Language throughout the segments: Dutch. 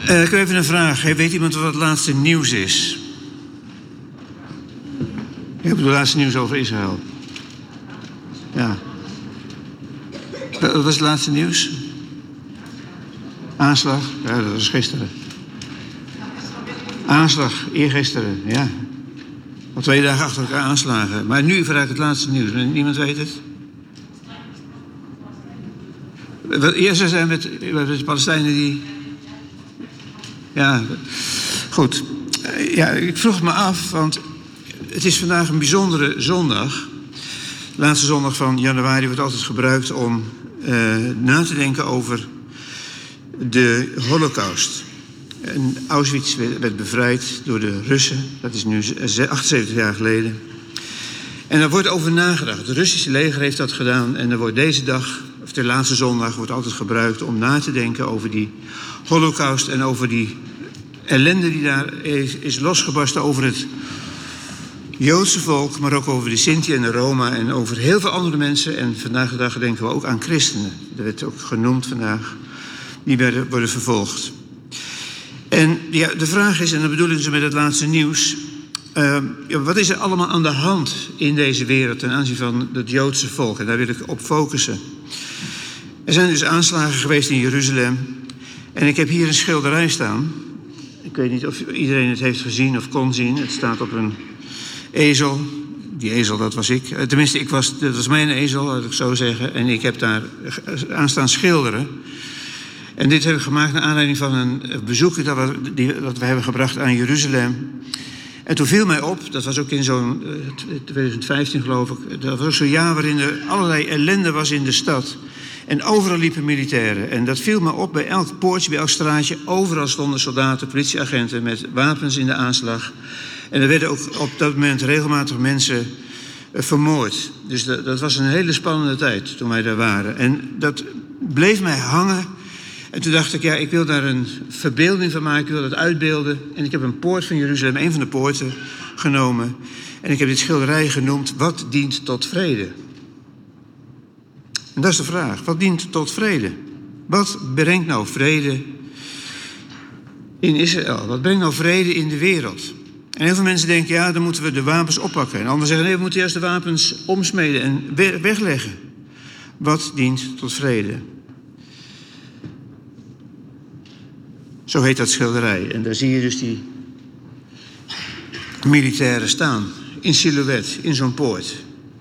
Ik heb even een vraag. Weet iemand wat het laatste nieuws is? Ik heb het laatste nieuws over Israël. Ja. Wat was het laatste nieuws? Aanslag? Ja, dat was gisteren. Aanslag, eergisteren, ja. Al 2 dagen achter elkaar aanslagen. Maar nu vooruit het laatste nieuws. Niemand weet het? Eerst zijn met de Palestijnen die... Ja, goed. Ja, ik vroeg me af, want het is vandaag een bijzondere zondag. De laatste zondag van januari wordt altijd gebruikt om na te denken over de Holocaust. En Auschwitz werd bevrijd door de Russen. Dat is nu 78 jaar geleden. En daar wordt over nagedacht. Het Russische leger heeft dat gedaan. En er wordt deze dag, of de laatste zondag, wordt altijd gebruikt om na te denken over die Holocaust en over die ellende die daar is losgebarsten over het Joodse volk, maar ook over de Sinti en de Roma en over heel veel andere mensen. En vandaag de dag denken we ook aan christenen. Dat werd ook genoemd vandaag. Die worden vervolgd. En ja, de vraag is, en dat bedoelen ze met het laatste nieuws, wat is er allemaal aan de hand in deze wereld ten aanzien van het Joodse volk? En daar wil ik op focussen. Er zijn dus aanslagen geweest in Jeruzalem. En ik heb hier een schilderij staan. Ik weet niet of iedereen het heeft gezien of kon zien. Het staat op een ezel. Die ezel, dat was ik. Tenminste, dat was mijn ezel, laat ik zo zeggen. En ik heb daar aan staan schilderen. En dit heb ik gemaakt naar aanleiding van een bezoek dat we hebben gebracht aan Jeruzalem. En toen viel mij op, dat was ook in zo'n 2015 geloof ik, dat was ook zo'n jaar waarin er allerlei ellende was in de stad. En overal liepen militairen. En dat viel me op bij elk poortje, bij elk straatje. Overal stonden soldaten, politieagenten met wapens in de aanslag. En er werden ook op dat moment regelmatig mensen vermoord. Dus dat was een hele spannende tijd toen wij daar waren. En dat bleef mij hangen. En toen dacht ik, ja, ik wil daar een verbeelding van maken. Ik wil dat uitbeelden. En ik heb een poort van Jeruzalem, een van de poorten, genomen. En ik heb dit schilderij genoemd, wat dient tot vrede? En dat is de vraag, wat dient tot vrede? Wat brengt nou vrede in Israël? Wat brengt nou vrede in de wereld? En heel veel mensen denken, ja, dan moeten we de wapens oppakken. En anderen zeggen, nee, we moeten juist de wapens omsmeden en wegleggen. Wat dient tot vrede? Zo heet dat schilderij. En daar zie je dus die militairen staan, in silhouet, in zo'n poort.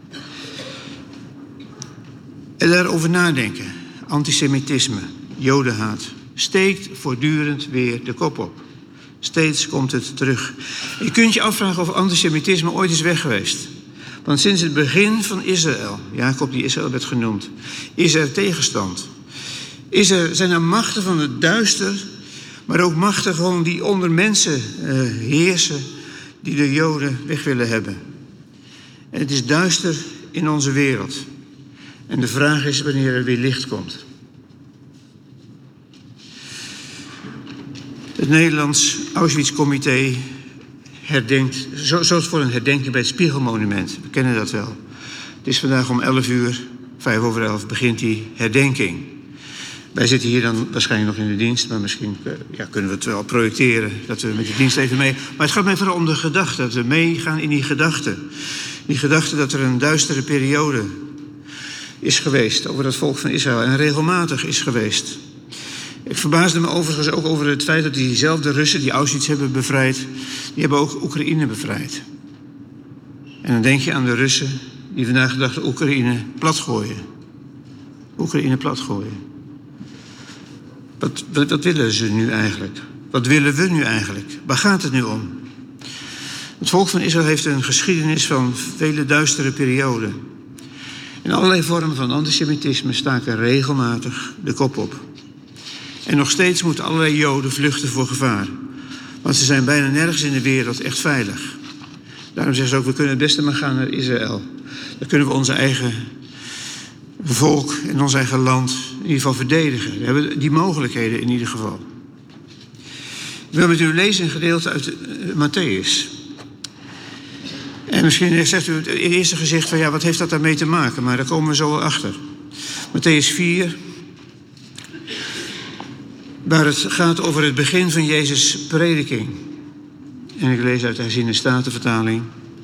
En daarover nadenken. Antisemitisme, jodenhaat, steekt voortdurend weer de kop op. Steeds komt het terug. Je kunt je afvragen of antisemitisme ooit is weg geweest. Want sinds het begin van Israël, Jacob die Israël werd genoemd, is er tegenstand. Zijn er machten van het duister, maar ook machten gewoon die onder mensen heersen, die de Joden weg willen hebben. En het is duister in onze wereld. En de vraag is wanneer er weer licht komt. Het Nederlands Auschwitz-comité herdenkt, zoals voor een herdenking bij het Spiegelmonument. We kennen dat wel. Het is vandaag om 11 uur, 11:05, begint die herdenking. Wij zitten hier dan waarschijnlijk nog in de dienst, maar misschien kunnen we het wel projecteren, dat we met de dienst even mee. Maar het gaat mij vooral om de gedachte, dat we meegaan in die gedachte. Die gedachte dat er een duistere periode is geweest over het volk van Israël en regelmatig is geweest. Ik verbaasde me overigens ook over het feit dat diezelfde Russen die Auschwitz hebben bevrijd, die hebben ook Oekraïne bevrijd. En dan denk je aan de Russen die vandaag de dag Oekraïne platgooien. Oekraïne platgooien. Wat willen ze nu eigenlijk? Wat willen we nu eigenlijk? Waar gaat het nu om? Het volk van Israël heeft een geschiedenis van vele duistere perioden. En allerlei vormen van antisemitisme staken regelmatig de kop op. En nog steeds moeten allerlei Joden vluchten voor gevaar. Want ze zijn bijna nergens in de wereld echt veilig. Daarom zeggen ze ook, we kunnen het beste maar gaan naar Israël. Dan kunnen we onze eigen volk en ons eigen land in ieder geval verdedigen. We hebben die mogelijkheden in ieder geval. Ik wil met u lezen een gedeelte uit Matthäus. En misschien zegt u het eerste gezicht van, ja, wat heeft dat daarmee te maken? Maar daar komen we zo wel achter. Matthäus 4. waar het gaat over het begin van Jezus' prediking. En ik lees uit de herziene statenvertaling.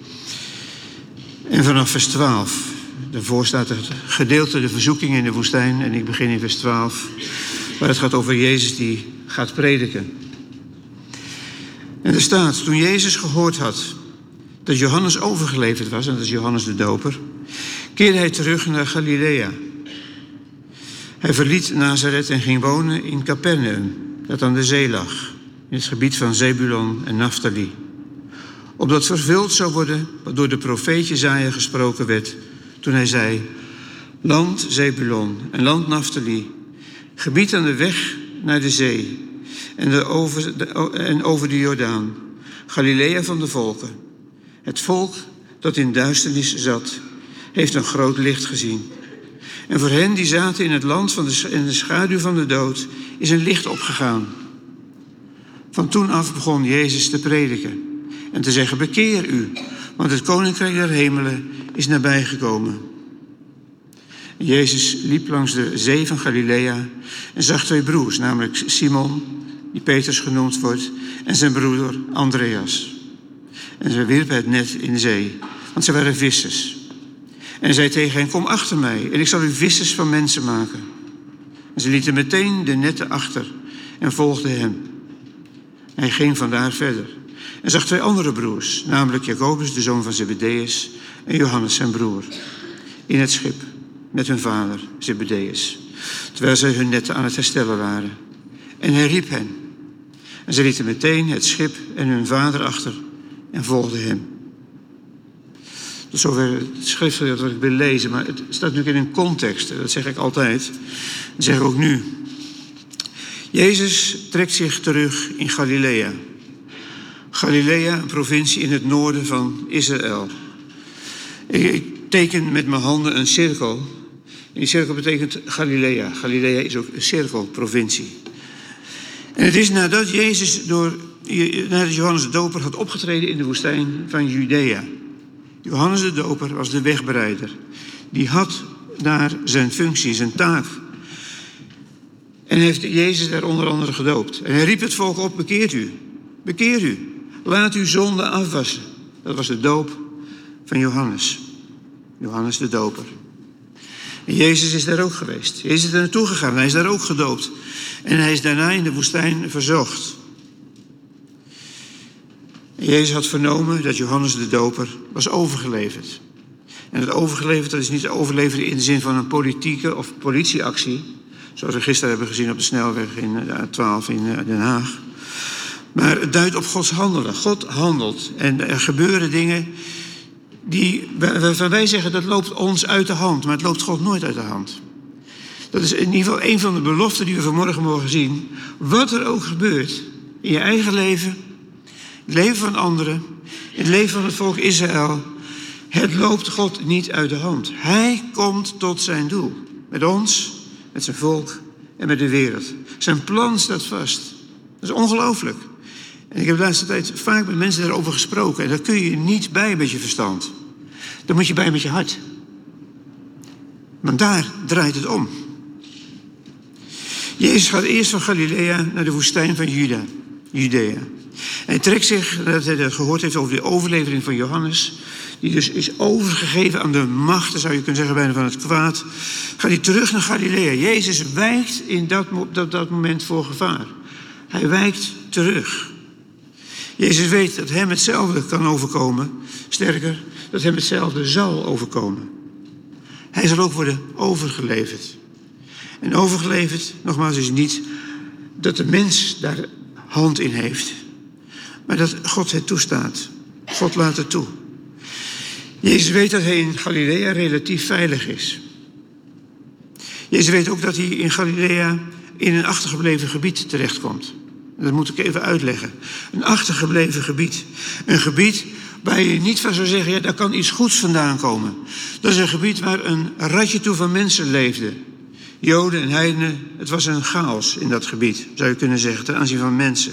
En vanaf vers 12. Daarvoor staat het gedeelte de verzoeking in de woestijn. En ik begin in vers 12. Waar het gaat over Jezus die gaat prediken. En er staat, toen Jezus gehoord had dat Johannes overgeleverd was, en dat is Johannes de Doper, keerde hij terug naar Galilea. Hij verliet Nazareth en ging wonen in Capernaum, dat aan de zee lag, in het gebied van Zebulon en Naftali. Opdat vervuld zou worden wat door de profeet Jesaja gesproken werd, toen hij zei, land Zebulon en land Naftali, gebied aan de weg naar de zee en over de Jordaan, Galilea van de volken. Het volk dat in duisternis zat, heeft een groot licht gezien. En voor hen die zaten in het land in de schaduw van de dood, is een licht opgegaan. Van toen af begon Jezus te prediken en te zeggen, bekeer u, want het koninkrijk der hemelen is nabijgekomen. Jezus liep langs de zee van Galilea en zag 2 broers, namelijk Simon, die Petrus genoemd wordt, en zijn broer Andreas. En zij wierpen het net in de zee, want zij waren vissers. En hij zei tegen hen, kom achter mij en ik zal u vissers van mensen maken. En ze lieten meteen de netten achter en volgden hem. Hij ging vandaar verder en zag 2 andere broers, namelijk Jacobus, de zoon van Zebedeus, en Johannes, zijn broer, in het schip met hun vader Zebedeus, terwijl zij hun netten aan het herstellen waren. En hij riep hen. En ze lieten meteen het schip en hun vader achter en volgden hem. Tot zover het schriftgedeelte wat ik wil lezen, maar het staat natuurlijk in een context. Dat zeg ik altijd. Dat zeg ik ook nu. Jezus trekt zich terug in Galilea. Galilea, een provincie in het noorden van Israël. Ik teken met mijn handen een cirkel. En die cirkel betekent Galilea. Galilea is ook een cirkelprovincie. En het is nadat nadat Johannes de Doper had opgetreden in de woestijn van Judea. Johannes de Doper was de wegbereider. Die had daar zijn functie, zijn taak. En heeft Jezus daar onder andere gedoopt. En hij riep het volk op, bekeert u. Bekeer u. Laat uw zonde afwassen. Dat was de doop van Johannes. Johannes de Doper. En Jezus is daar ook geweest. Jezus is daar naartoe gegaan. Hij is daar ook gedoopt. En hij is daarna in de woestijn verzocht. En Jezus had vernomen dat Johannes de Doper was overgeleverd. En het overgeleverd, dat is niet overleveren in de zin van een politieke of politieactie, zoals we gisteren hebben gezien op de snelweg in de A12 in Den Haag. Maar het duidt op Gods handelen. God handelt. En er gebeuren dingen waarvan wij zeggen dat loopt ons uit de hand. Maar het loopt God nooit uit de hand. Dat is in ieder geval een van de beloften die we vanmorgen mogen zien. Wat er ook gebeurt in je eigen leven, het leven van anderen, het leven van het volk Israël. Het loopt God niet uit de hand. Hij komt tot zijn doel. Met ons, met zijn volk en met de wereld. Zijn plan staat vast. Dat is ongelooflijk. En ik heb de laatste tijd vaak met mensen daarover gesproken. En daar kun je niet bij met je verstand. Daar moet je bij met je hart. Maar daar draait het om. Jezus gaat eerst van Galilea naar de woestijn van Judea. Hij trekt zich, nadat hij het gehoord heeft over de overlevering van Johannes, die dus is overgegeven aan de machten, zou je kunnen zeggen, bijna van het kwaad, gaat hij terug naar Galilea. Jezus wijkt in dat moment voor gevaar. Hij wijkt terug. Jezus weet dat hem hetzelfde kan overkomen. Sterker, dat hem hetzelfde zal overkomen. Hij zal ook worden overgeleverd. En overgeleverd, nogmaals, is niet dat de mens daar hand in heeft, maar dat God het toestaat. God laat het toe. Jezus weet dat hij in Galilea relatief veilig is. Jezus weet ook dat hij in Galilea in een achtergebleven gebied terechtkomt. Dat moet ik even uitleggen. Een achtergebleven gebied. Een gebied waar je niet van zou zeggen, ja, daar kan iets goeds vandaan komen. Dat is een gebied waar een ratje toe van mensen leefden. Joden en heidenen, het was een chaos in dat gebied, zou je kunnen zeggen, ten aanzien van mensen.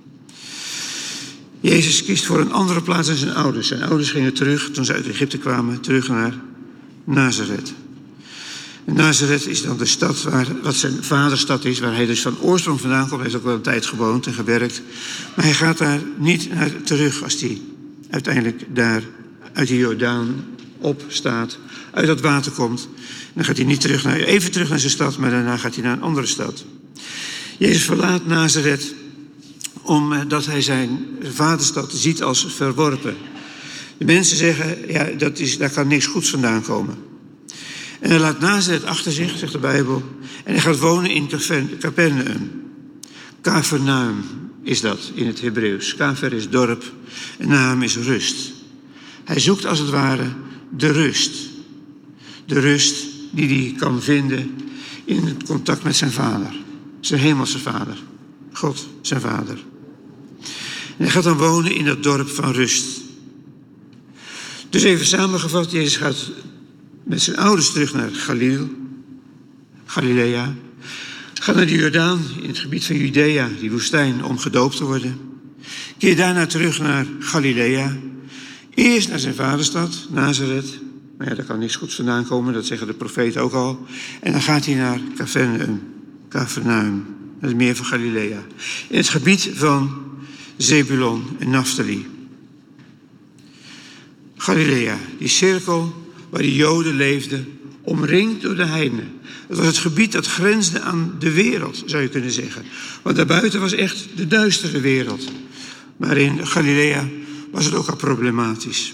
Jezus kiest voor een andere plaats dan zijn ouders. Zijn ouders gingen terug, toen ze uit Egypte kwamen, terug naar Nazareth. Nazareth is dan de stad wat zijn vaderstad is, waar hij dus van oorsprong vandaan komt. Hij heeft ook wel een tijd gewoond en gewerkt. Maar hij gaat daar niet naar terug als hij uiteindelijk daar uit de Jordaan opstaat, uit dat water komt. Dan gaat hij niet even terug naar zijn stad, maar daarna gaat hij naar een andere stad. Jezus verlaat Nazareth omdat hij zijn vaderstad ziet als verworpen. De mensen zeggen, ja, daar kan niks goeds vandaan komen. En hij laat Nazareth achter zich, zegt de Bijbel. En hij gaat wonen in Capernaum. Capernaum is dat in het Hebreeuws. Kafer is dorp en naam is rust. Hij zoekt als het ware de rust. De rust die hij kan vinden in het contact met zijn vader. Zijn hemelse vader. God, zijn vader. En hij gaat dan wonen in dat dorp van rust. Dus even samengevat, Jezus gaat met zijn ouders terug naar Galilea. Gaat naar de Jordaan, in het gebied van Judea, die woestijn, om gedoopt te worden. Keert daarna terug naar Galilea. Eerst naar zijn vaderstad, Nazareth. Maar ja, daar kan niks goeds vandaan komen, dat zeggen de profeten ook al. En dan gaat hij naar Capernaum, het meer van Galilea. In het gebied van Zebulon en Naftali. Galilea, die cirkel waar de Joden leefden, omringd door de heidenen. Het was het gebied dat grensde aan de wereld, zou je kunnen zeggen. Want daarbuiten was echt de duistere wereld. Maar in Galilea was het ook al problematisch.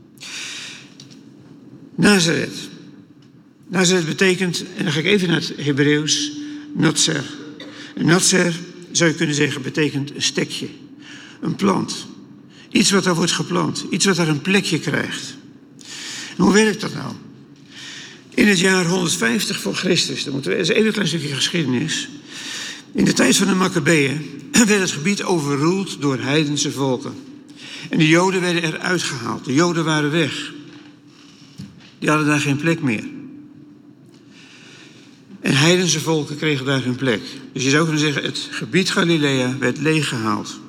Nazareth. Nazareth betekent, en dan ga ik even naar het Hebreeuws, Natser. En Natser, zou je kunnen zeggen, betekent een stekje. Een plant. Iets wat daar wordt geplant. Iets wat daar een plekje krijgt. En hoe werkt dat nou? In het jaar 150 voor Christus, dat is even een klein stukje geschiedenis. In de tijd van de Maccabeeën werd het gebied overroeld door heidense volken. En de Joden werden eruit gehaald. De Joden waren weg. Die hadden daar geen plek meer. En heidense volken kregen daar hun plek. Dus je zou kunnen zeggen, het gebied Galilea werd leeggehaald.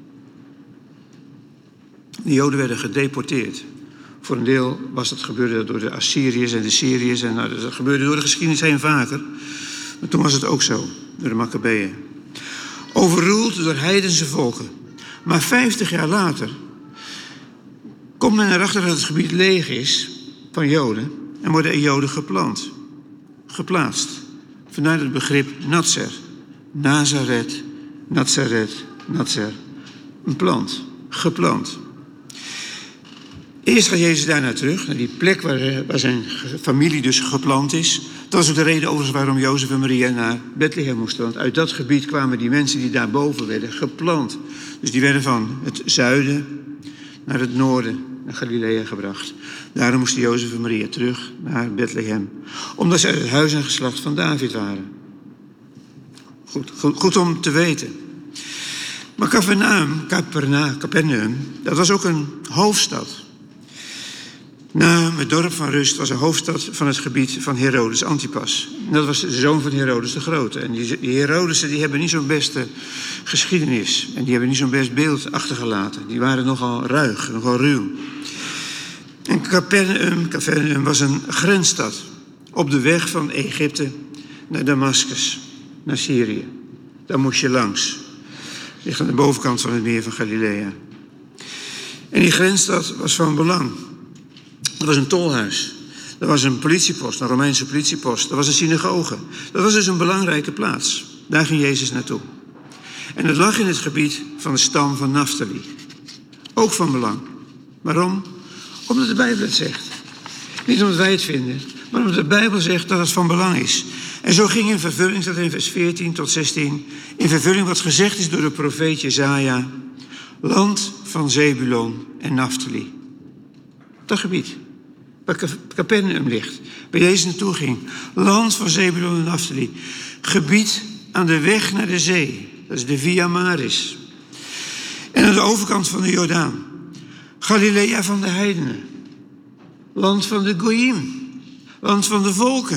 De Joden werden gedeporteerd. Voor een deel gebeurde dat door de Assyriërs en de Syriërs. En dat gebeurde door de geschiedenis heen vaker. Maar toen was het ook zo, door de Maccabeeën. Overroeld door heidense volken. Maar 50 jaar later komt men erachter dat het gebied leeg is van Joden. En worden er Joden geplaatst. Vandaar het begrip Natser. Nazareth, Natser. Een plant, geplant. Eerst gaat Jezus daarna terug, naar die plek waar zijn familie dus geplant is. Dat was ook de reden overigens waarom Jozef en Maria naar Bethlehem moesten. Want uit dat gebied kwamen die mensen die daarboven werden geplant. Dus die werden van het zuiden naar het noorden, naar Galilea gebracht. Daarom moesten Jozef en Maria terug naar Bethlehem. Omdat ze uit het huis en geslacht van David waren. Goed om te weten. Maar Capernaum, dat was ook een hoofdstad. Het dorp van Rust was een hoofdstad van het gebied van Herodes Antipas. Dat was de zoon van Herodes de Grote. En die Herodesen die hebben niet zo'n beste geschiedenis. En die hebben niet zo'n best beeld achtergelaten. Die waren nogal ruig, nogal ruw. En Capernaum was een grensstad. Op de weg van Egypte naar Damascus, naar Syrië. Daar moest je langs. Ligt aan de bovenkant van het meer van Galilea. En die grensstad was van belang. Er was een tolhuis. Er was een politiepost, een Romeinse politiepost. Er was een synagoge. Dat was dus een belangrijke plaats. Daar ging Jezus naartoe. En het lag in het gebied van de stam van Naftali. Ook van belang. Waarom? Omdat de Bijbel het zegt. Niet omdat wij het vinden, maar omdat de Bijbel zegt dat het van belang is. En zo ging in vervulling, staat in vers 14 tot 16... in vervulling wat gezegd is door de profeet Jesaja... land van Zebulon en Naftali. Dat gebied, waar Capernaum ligt, waar Jezus naartoe ging. Land van Zebulon en Naftali. Gebied aan de weg naar de zee. Dat is de Via Maris. En aan de overkant van de Jordaan. Galilea van de heidenen. Land van de Goïm. Land van de volken.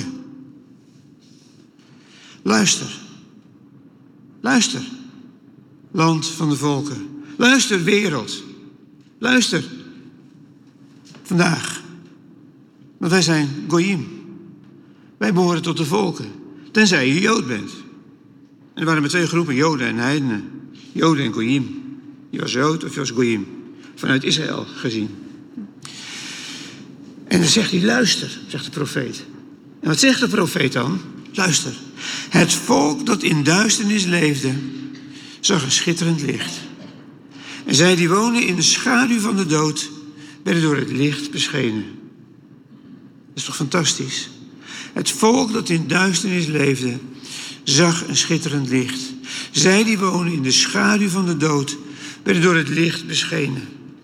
Luister. Luister. Land van de volken. Luister, wereld. Luister. Vandaag. Want wij zijn Goïm. Wij behoren tot de volken, tenzij je Jood bent. En er waren maar 2 groepen, Joden en heidenen. Joden en Goyim. Je was Jood of je was Goyim. Vanuit Israël gezien. En dan zegt hij, luister, zegt de profeet. En wat zegt de profeet dan? Luister. Het volk dat in duisternis leefde, zag een schitterend licht. En zij die wonen in de schaduw van de dood, werden door het licht beschenen. Dat is toch fantastisch? Het volk dat in duisternis leefde, zag een schitterend licht. Zij die wonen in de schaduw van de dood, werden door het licht beschenen.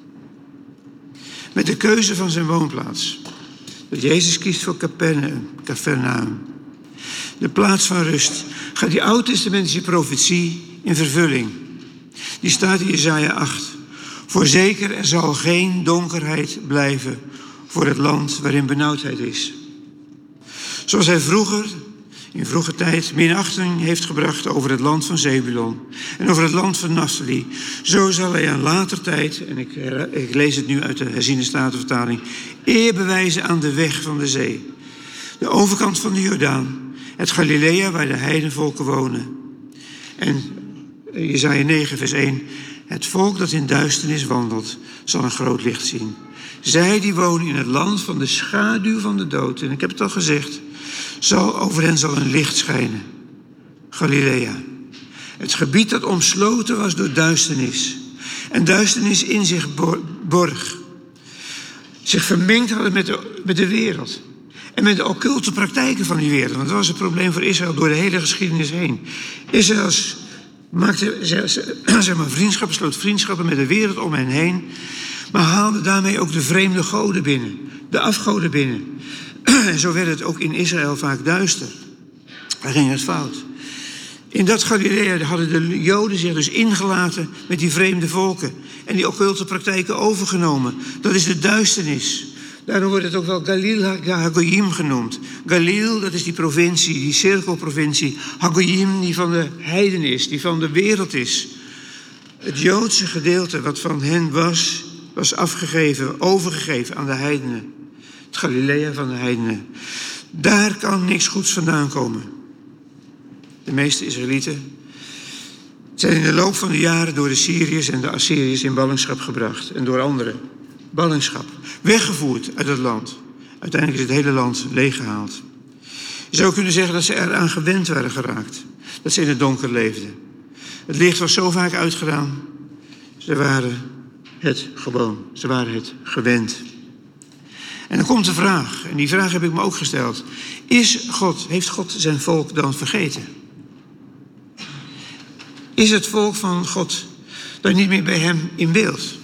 Met de keuze van zijn woonplaats. Dat Jezus kiest voor Capernaum. De plaats van rust. Gaat die oud-testamentische profetie in vervulling. Die staat in Jesaja 8. Voorzeker, er zal geen donkerheid blijven voor het land waarin benauwdheid is. Zoals hij in vroege tijd, minachting heeft gebracht over het land van Zebulon en over het land van Naphtali. Zo zal hij aan later tijd, en ik lees het nu uit de herziene statenvertaling, eer bewijzen aan de weg van de zee. De overkant van de Jordaan, het Galilea waar de heidenvolken wonen. En Jesaja 9 vers 1, het volk dat in duisternis wandelt, zal een groot licht zien. Zij die wonen in het land van de schaduw van de dood, en ik heb het al gezegd, over hen zal een licht schijnen. Galilea. Het gebied dat omsloten was door duisternis. En duisternis in zich borg. Zich vermengd hadden met de wereld. En met de occulte praktijken van die wereld. Want dat was het probleem voor Israël door de hele geschiedenis heen. Israël maakte vriendschappen, sloot vriendschappen met de wereld om hen heen. Maar haalde daarmee ook de vreemde goden binnen. De afgoden binnen. En zo werd het ook in Israël vaak duister. Daar ging het fout. In dat Galilea hadden de Joden zich dus ingelaten met die vreemde volken. En die occulte praktijken overgenomen. Dat is de duisternis. Daarom wordt het ook wel Galil HaGoyim genoemd. Galil, dat is die provincie, die cirkelprovincie. HaGoyim, die van de heiden is, die van de wereld is. Het Joodse gedeelte wat van hen was overgegeven aan de heidenen. Het Galilea van de heidenen. Daar kan niks goeds vandaan komen. De meeste Israëlieten zijn in de loop van de jaren door de Syriërs en de Assyriërs in ballingschap gebracht. En door anderen. Ballingschap. Weggevoerd uit het land. Uiteindelijk is het hele land leeggehaald. Je zou kunnen zeggen dat ze eraan gewend waren geraakt. Dat ze in het donker leefden. Het licht was zo vaak uitgedaan. Ze waren het gewoon. Ze waren het gewend. En dan komt de vraag, en die vraag heb ik me ook gesteld. Heeft God zijn volk dan vergeten? Is het volk van God dan niet meer bij hem in beeld?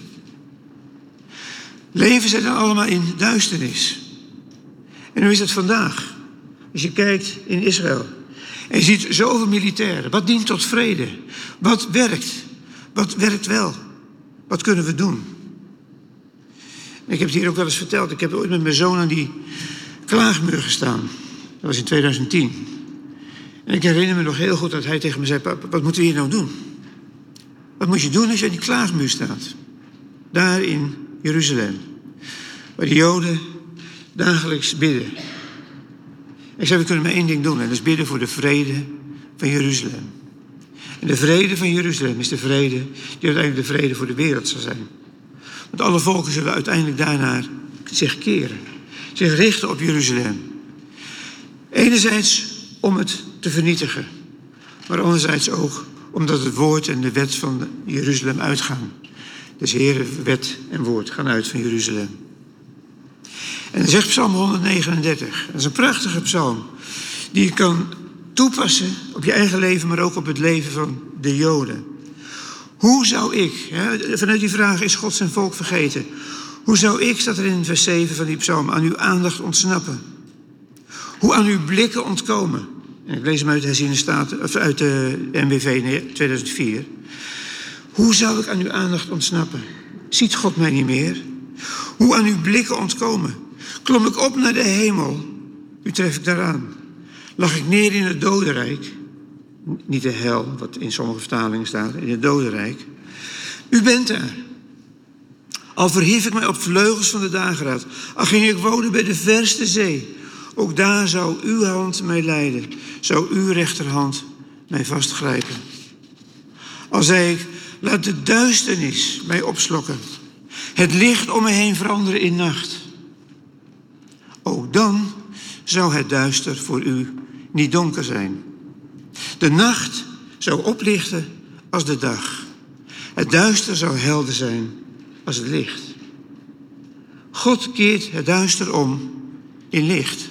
Leven zij dan allemaal in duisternis? En hoe is het vandaag? Als je kijkt in Israël en je ziet zoveel militairen. Wat dient tot vrede? Wat werkt? Wat werkt wel? Wat kunnen we doen? Ik heb het hier ook wel eens verteld. Ik heb ooit met mijn zoon aan die klaagmuur gestaan. Dat was in 2010. En ik herinner me nog heel goed dat hij tegen me zei: Papa, wat moeten we hier nou doen? Wat moet je doen als je aan die klaagmuur staat? Daar in Jeruzalem. Waar de Joden dagelijks bidden. Ik zei, we kunnen maar één ding doen. En dat is bidden voor de vrede van Jeruzalem. En de vrede van Jeruzalem is de vrede die uiteindelijk de vrede voor de wereld zal zijn. Want alle volken zullen uiteindelijk daarnaar zich keren. Zich richten op Jeruzalem. Enerzijds om het te vernietigen. Maar anderzijds ook omdat het woord en de wet van Jeruzalem uitgaan. Dus Heere, wet en woord gaan uit van Jeruzalem. En dan zegt Psalm 139. Dat is een prachtige psalm. Die je kan toepassen op je eigen leven, maar ook op het leven van de Joden. Hoe zou ik, vanuit die vraag, is God zijn volk vergeten? Hoe zou ik, staat er in vers 7 van die psalm, aan uw aandacht ontsnappen? Hoe aan uw blikken ontkomen? En ik lees hem uit de herziene staten, of uit de NBV 2004. Hoe zou ik aan uw aandacht ontsnappen? Ziet God mij niet meer? Hoe aan uw blikken ontkomen? Klom ik op naar de hemel? U tref ik daaraan. Lag ik neer in het dodenrijk? Niet de hel, wat in sommige vertalingen staat, in het dodenrijk. U bent daar. Al verhief ik mij op vleugels van de dageraad. Al ging ik wonen bij de verste zee. Ook daar zou uw hand mij leiden, zou uw rechterhand mij vastgrijpen. Al zei ik, laat de duisternis mij opslokken, het licht om me heen veranderen in nacht. Ook dan zou het duister voor u niet donker zijn. De nacht zou oplichten als de dag. Het duister zou helder zijn als het licht. God keert het duister om in licht.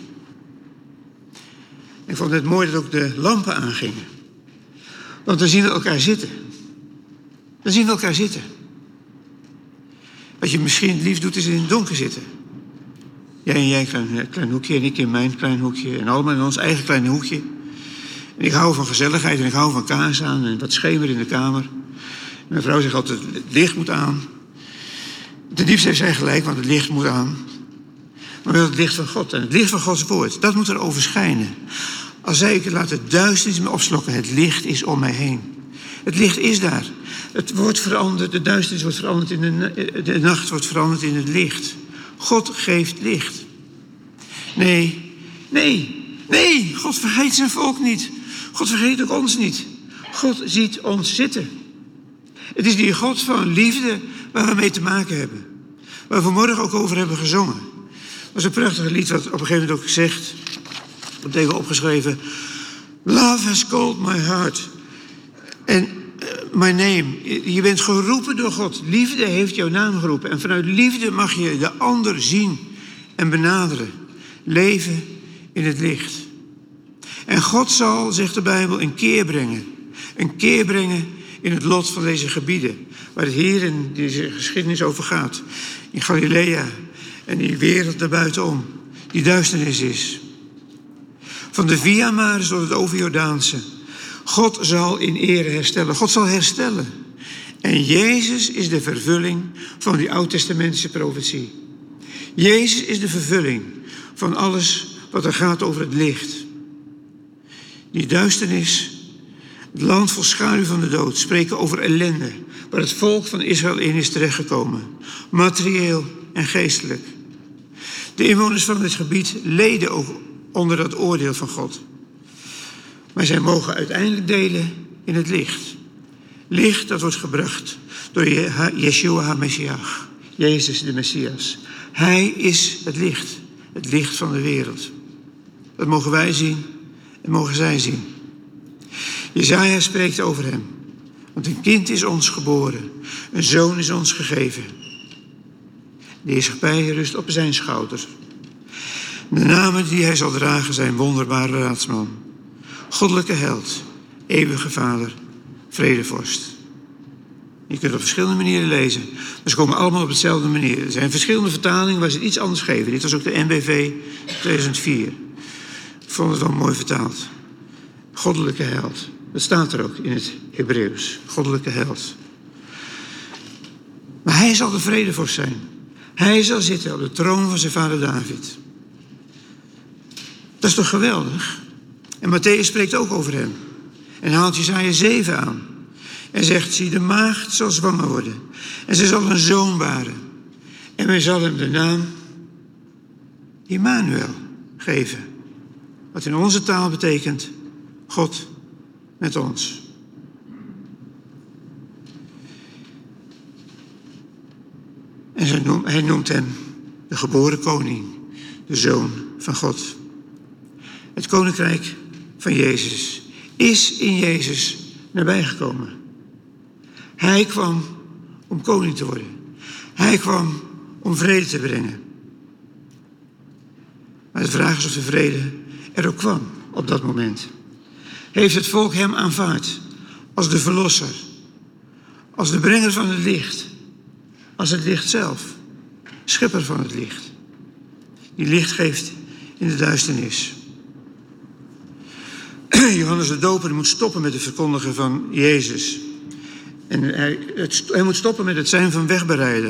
Ik vond het mooi dat ook de lampen aangingen. Want dan zien we elkaar zitten. Dan zien we elkaar zitten. Wat je misschien het liefst doet, is in het donker zitten. Jij en jij een klein hoekje en ik in mijn klein hoekje. En allemaal in ons eigen kleine hoekje. En ik hou van gezelligheid en ik hou van kaas aan en wat schemer in de kamer. Mijn vrouw zegt altijd, het licht moet aan. Ten diepste heeft zij gelijk, want het licht moet aan. Maar wel het licht van God en het licht van Gods woord, dat moet er overschijnen. Als zei ik, laat het duisternis me opslokken, het licht is om mij heen. Het licht is daar. Het wordt veranderd, de duisternis wordt veranderd in de nacht wordt veranderd in het licht. God geeft licht. Nee, God vergeet zijn volk niet. God vergeet ook ons niet. God ziet ons zitten. Het is die God van liefde waar we mee te maken hebben. Waar we vanmorgen ook over hebben gezongen. Dat was een prachtig lied wat op een gegeven moment ook zegt. Ik heb het even opgeschreven. Love has called my heart. En my name. Je bent geroepen door God. Liefde heeft jouw naam geroepen. En vanuit liefde mag je de ander zien en benaderen. Leven in het licht. En God zal, zegt de Bijbel, een keer brengen. Een keer brengen in het lot van deze gebieden. Waar het hier in deze geschiedenis over gaat. In Galilea en die wereld daarbuitenom. Die duisternis is. Van de Via Maris tot het Overjordaanse. God zal in ere herstellen. God zal herstellen. En Jezus is de vervulling van die oud-testamentische profetie. Jezus is de vervulling van alles wat er gaat over het licht. Die duisternis, het land vol schaduw van de dood, spreken over ellende, waar het volk van Israël in is terechtgekomen. Materieel en geestelijk. De inwoners van dit gebied leden ook onder dat oordeel van God. Maar zij mogen uiteindelijk delen in het licht. Licht dat wordt gebracht door Yeshua HaMashiach. Jezus de Messias. Hij is het licht van de wereld. Dat mogen wij zien en mogen zij zien. Jesaja spreekt over hem. Want een kind is ons geboren, een zoon is ons gegeven. De heerschappij rust op zijn schouders. De namen die hij zal dragen zijn wonderbare raadsman, goddelijke held, eeuwige vader, vredevorst. Je kunt het op verschillende manieren lezen. Maar ze komen allemaal op dezelfde manier. Er zijn verschillende vertalingen waar ze het iets anders geven. Dit was ook de NBV 2004. Ik vond het wel mooi vertaald. Goddelijke held. Dat staat er ook in het Hebreeuws. Goddelijke held. Maar hij zal de vredevorst zijn. Hij zal zitten op de troon van zijn vader David. Dat is toch geweldig? En Matthäus spreekt ook over hem. En haalt Jesaja 7 aan. En zegt, zie, de maagd zal zwanger worden. En ze zal een zoon baren. En men zal hem de naam Immanuel geven. Wat in onze taal betekent, God met ons. En hij noemt hem de geboren koning, de zoon van God. Het koninkrijk van Jezus is in Jezus nabijgekomen. Hij kwam om koning te worden. Hij kwam om vrede te brengen. Maar de vraag is of de vrede er ook kwam op dat moment. Heeft het volk hem aanvaard als de verlosser, als de brenger van het licht, als het licht zelf, schepper van het licht, die licht geeft in de duisternis. Johannes de Doper moet stoppen met het verkondigen van Jezus. En hij moet stoppen met het zijn van wegbereider.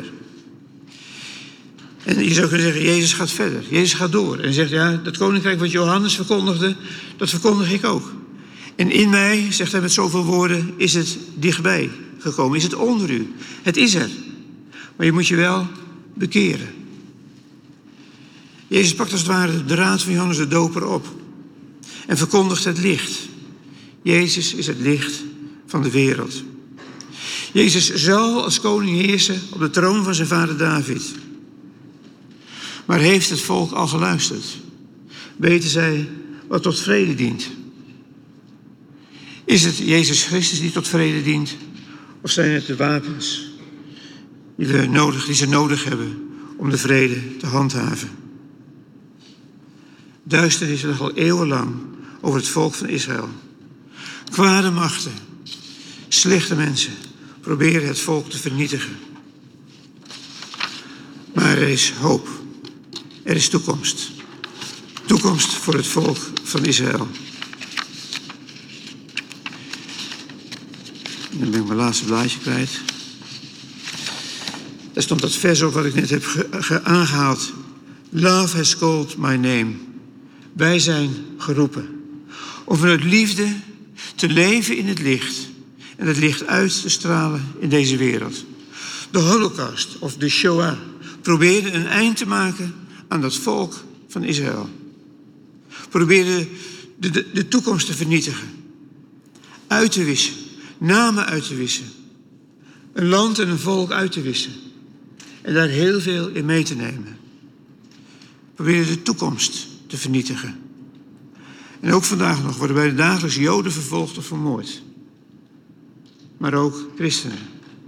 En je zou kunnen zeggen, Jezus gaat verder. Jezus gaat door. En hij zegt, ja, dat koninkrijk wat Johannes verkondigde, dat verkondig ik ook. En in mij, zegt hij met zoveel woorden, is het dichtbij gekomen. Is het onder u. Het is er. Maar je moet je wel bekeren. Jezus pakt als het ware de draad van Johannes de Doper op en verkondigt het licht. Jezus is het licht van de wereld. Jezus zal als koning heersen op de troon van zijn vader David. Maar heeft het volk al geluisterd? Weten zij wat tot vrede dient? Is het Jezus Christus die tot vrede dient? Of zijn het de wapens die ze nodig hebben om de vrede te handhaven? Duisternis lag al eeuwenlang over het volk van Israël. Kwade machten, slechte mensen proberen het volk te vernietigen. Maar er is hoop. Er is toekomst. Toekomst voor het volk van Israël. Dan ben ik mijn laatste blaadje kwijt. Daar stond dat vers op wat ik net heb aangehaald. Love has called my name. Wij zijn geroepen om vanuit liefde te leven in het licht en het licht uit te stralen in deze wereld. De Holocaust of de Shoah probeerde een eind te maken aan dat volk van Israël. Probeerde de toekomst te vernietigen. Uit te wissen. Namen uit te wissen. Een land en een volk uit te wissen. En daar heel veel in mee te nemen. Probeerde de toekomst te vernietigen. En ook vandaag nog worden bij de dagelijks Joden vervolgd of vermoord. Maar ook christenen.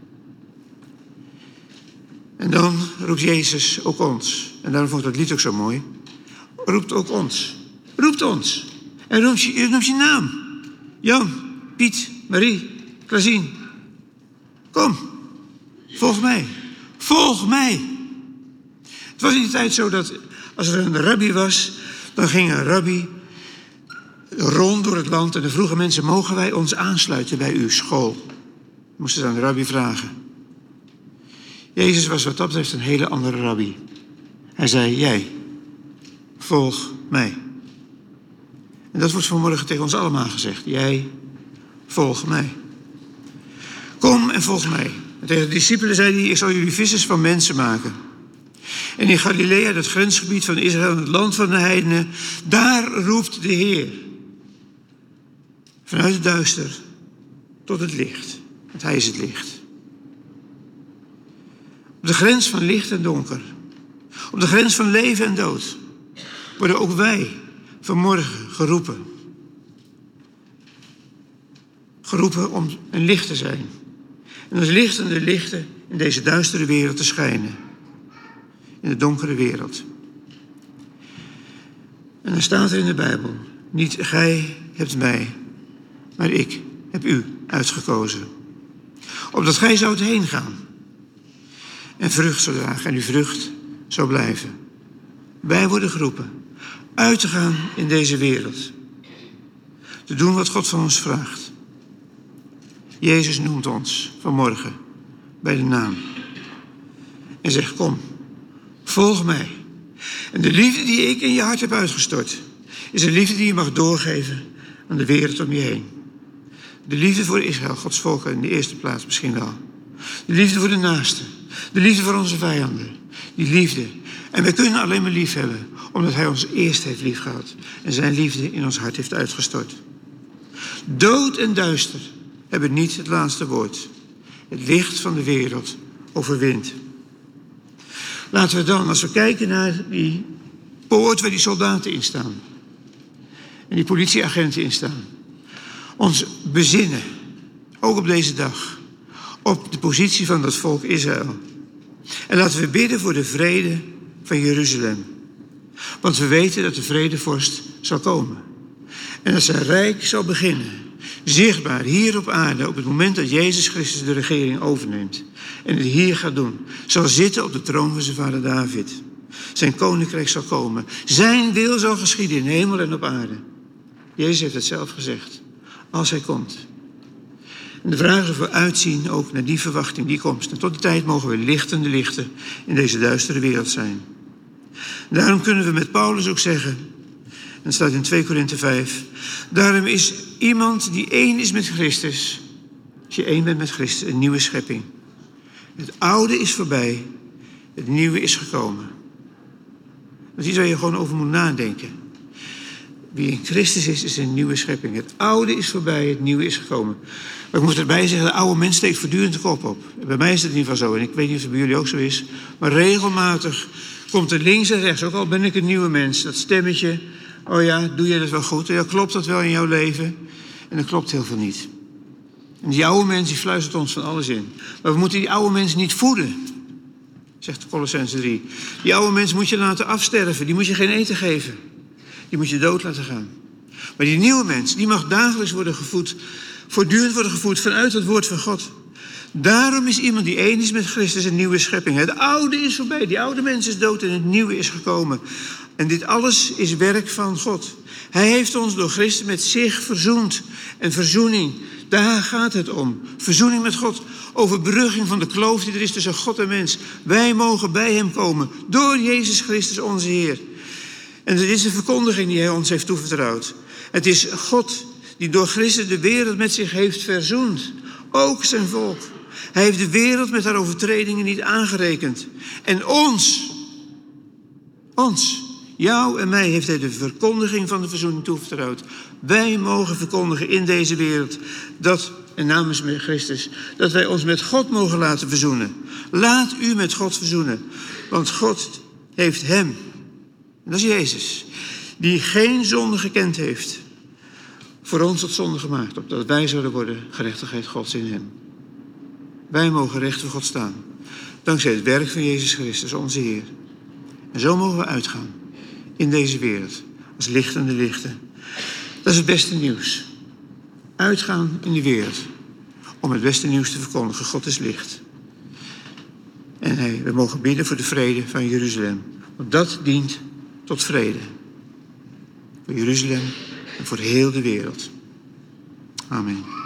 En dan roept Jezus ook ons. En daarom vond ik dat lied ook zo mooi. Roept ook ons. Roept ons. En noemt je naam. Jan, Piet, Marie, Klazien. Kom. Volg mij. Volg mij. Het was in die tijd zo dat als er een rabbi was, dan ging een rabbi rond door het land en dan vroegen mensen: mogen wij ons aansluiten bij uw school? Moesten ze aan de rabbi vragen. Jezus was wat dat betreft een hele andere rabbi. Hij zei: jij, volg mij. En dat wordt vanmorgen tegen ons allemaal gezegd. Jij, volg mij. Kom en volg mij. En tegen de discipelen zei hij: ik zal jullie vissers van mensen maken. En in Galilea, dat grensgebied van Israël, het land van de heidenen, daar roept de Heer. Vanuit het duister tot het licht. Want hij is het licht. Op de grens van licht en donker. Op de grens van leven en dood. Worden ook wij vanmorgen geroepen. Geroepen om een licht te zijn. En als lichtende lichten in deze duistere wereld te schijnen. In de donkere wereld. En dan staat er in de Bijbel: niet gij hebt mij, maar ik heb u uitgekozen. Opdat gij zoudt heen gaan. En vrucht zou dragen en uw vrucht zou blijven. Wij worden geroepen uit te gaan in deze wereld. Te doen wat God van ons vraagt. Jezus noemt ons vanmorgen bij de naam. En zegt: kom, volg mij. En de liefde die ik in je hart heb uitgestort, is een liefde die je mag doorgeven aan de wereld om je heen. De liefde voor Israël, Gods volk in de eerste plaats misschien wel. De liefde voor de naasten. De liefde voor onze vijanden. Die liefde. En wij kunnen alleen maar lief hebben omdat hij ons eerst heeft lief gehad. En zijn liefde in ons hart heeft uitgestort. Dood en duister hebben niet het laatste woord. Het licht van de wereld overwint. Laten we dan, als we kijken naar die poort waar die soldaten in staan. En die politieagenten in staan. Ons bezinnen, ook op deze dag, op de positie van dat volk Israël. En laten we bidden voor de vrede van Jeruzalem. Want we weten dat de vredevorst zal komen. En dat zijn rijk zal beginnen. Zichtbaar hier op aarde op het moment dat Jezus Christus de regering overneemt. En het hier gaat doen. Zal zitten op de troon van zijn vader David. Zijn koninkrijk zal komen. Zijn wil zal geschieden in hemel en op aarde. Jezus heeft het zelf gezegd. Als hij komt. En de vraag is of we uitzien ook naar die verwachting, die komst. En tot die tijd mogen we lichtende lichten in deze duistere wereld zijn. Daarom kunnen we met Paulus ook zeggen, en het staat in 2 Korinthe 5... daarom is iemand die één is met Christus, als je één bent met Christus, een nieuwe schepping. Het oude is voorbij, het nieuwe is gekomen. Dat is iets waar je gewoon over moet nadenken. Wie in Christus is een nieuwe schepping. Het oude is voorbij, het nieuwe is gekomen. Maar ik moet erbij zeggen, de oude mens steekt voortdurend de kop op. Bij mij is het in ieder geval zo. En ik weet niet of het bij jullie ook zo is. Maar regelmatig komt er links en rechts, ook al ben ik een nieuwe mens, dat stemmetje. Oh ja, doe je dat wel goed? Ja, klopt dat wel in jouw leven? En dat klopt heel veel niet. En die oude mens die fluistert ons van alles in. Maar we moeten die oude mens niet voeden, zegt Kolossenzen 3. Die oude mens moet je laten afsterven. Die moet je geen eten geven. Die moet je dood laten gaan. Maar die nieuwe mens, die mag dagelijks worden gevoed. Voortdurend worden gevoed vanuit het woord van God. Daarom is iemand die één is met Christus een nieuwe schepping. Het oude is voorbij. Die oude mens is dood en het nieuwe is gekomen. En dit alles is werk van God. Hij heeft ons door Christus met zich verzoend. En verzoening, daar gaat het om. Verzoening met God. Overbrugging van de kloof die er is tussen God en mens. Wij mogen bij hem komen. Door Jezus Christus onze Heer. En dit is de verkondiging die hij ons heeft toevertrouwd. Het is God die door Christus de wereld met zich heeft verzoend. Ook zijn volk. Hij heeft de wereld met haar overtredingen niet aangerekend. En ons, jou en mij heeft hij de verkondiging van de verzoening toevertrouwd. Wij mogen verkondigen in deze wereld dat, en namens Christus, dat wij ons met God mogen laten verzoenen. Laat u met God verzoenen. Want God heeft hem, en dat is Jezus, die geen zonde gekend heeft, voor ons tot zonde gemaakt, opdat wij zouden worden gerechtigheid Gods in hem. Wij mogen recht voor God staan, dankzij het werk van Jezus Christus, onze Heer. En zo mogen we uitgaan in deze wereld, als lichtende lichten. Dat is het beste nieuws. Uitgaan in de wereld, om het beste nieuws te verkondigen. God is licht. En we mogen bidden voor de vrede van Jeruzalem. Want dat dient tot vrede. Voor Jeruzalem en voor heel de wereld. Amen.